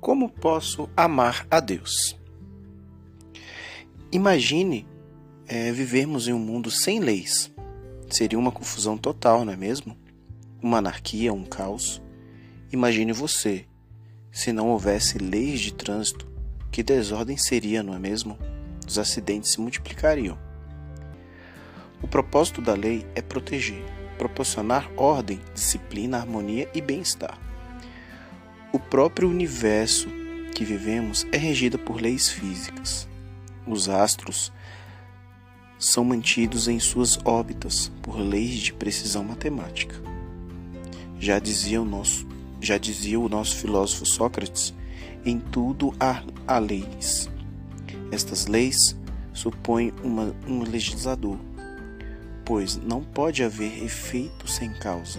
Como posso amar a Deus? Imagine vivermos em um mundo sem leis. Seria uma confusão total, não é mesmo? Uma anarquia, um caos. Imagine você, se não houvesse leis de trânsito, que desordem seria, não é mesmo? Os acidentes se multiplicariam. O propósito da lei é proteger, proporcionar ordem, disciplina, harmonia e bem-estar. O próprio universo que vivemos é regido por leis físicas. Os astros são mantidos em suas órbitas por leis de precisão matemática. Já dizia o nosso filósofo Sócrates, em tudo há leis. Estas leis supõem um legislador, pois não pode haver efeito sem causa.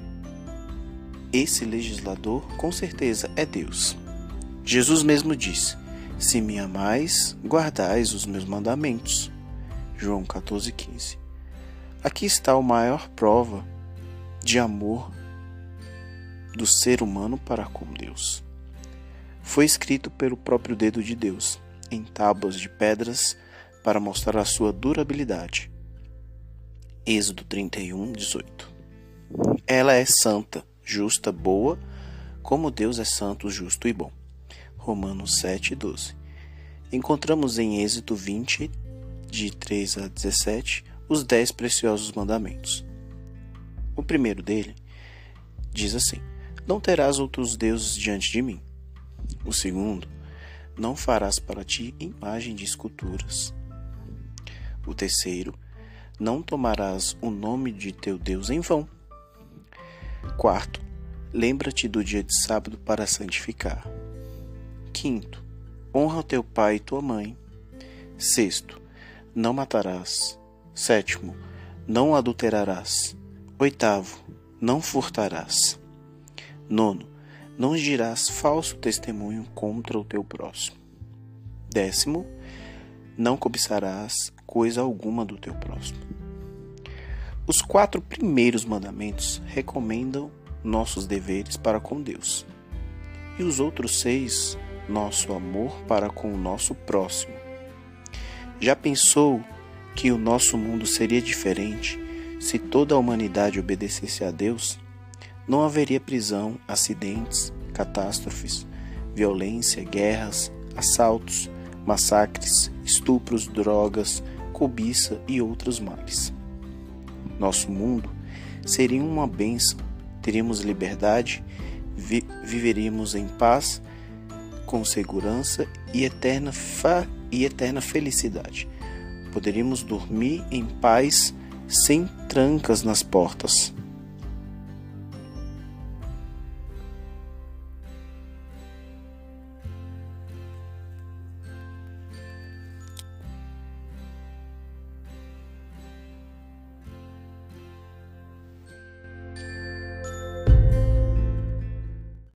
Esse legislador, com certeza, é Deus. Jesus mesmo disse: se me amais, guardais os meus mandamentos. João 14,15. Aqui está a maior prova de amor do ser humano para com Deus. Foi escrito pelo próprio dedo de Deus, em tábuas de pedras, para mostrar a sua durabilidade. Êxodo 31:18. Ela é santa, justa, boa, como Deus é santo, justo e bom. Romanos 7:12. Encontramos em Êxodo 20, de 3 a 17, os 10 preciosos mandamentos. O primeiro dele diz assim: não terás outros deuses diante de mim. O segundo: não farás para ti imagem de esculturas. O terceiro: não tomarás o nome de teu Deus em vão. Quarto: lembra-te do dia de sábado para santificar. Quinto: honra teu pai e tua mãe. Sexto: não matarás. Sétimo: não adulterarás. Oitavo: não furtarás. Nono: não dirás falso testemunho contra o teu próximo. Décimo: não cobiçarás coisa alguma do teu próximo. Os 4 primeiros mandamentos recomendam nossos deveres para com Deus. E os outros 6, nosso amor para com o nosso próximo. Já pensou que o nosso mundo seria diferente se toda a humanidade obedecesse a Deus? Não haveria prisão, acidentes, catástrofes, violência, guerras, assaltos, massacres, estupros, drogas, cobiça e outros males. Nosso mundo seria uma bênção, teríamos liberdade, viveríamos em paz, com segurança e eterna felicidade. Poderíamos dormir em paz sem trancas nas portas.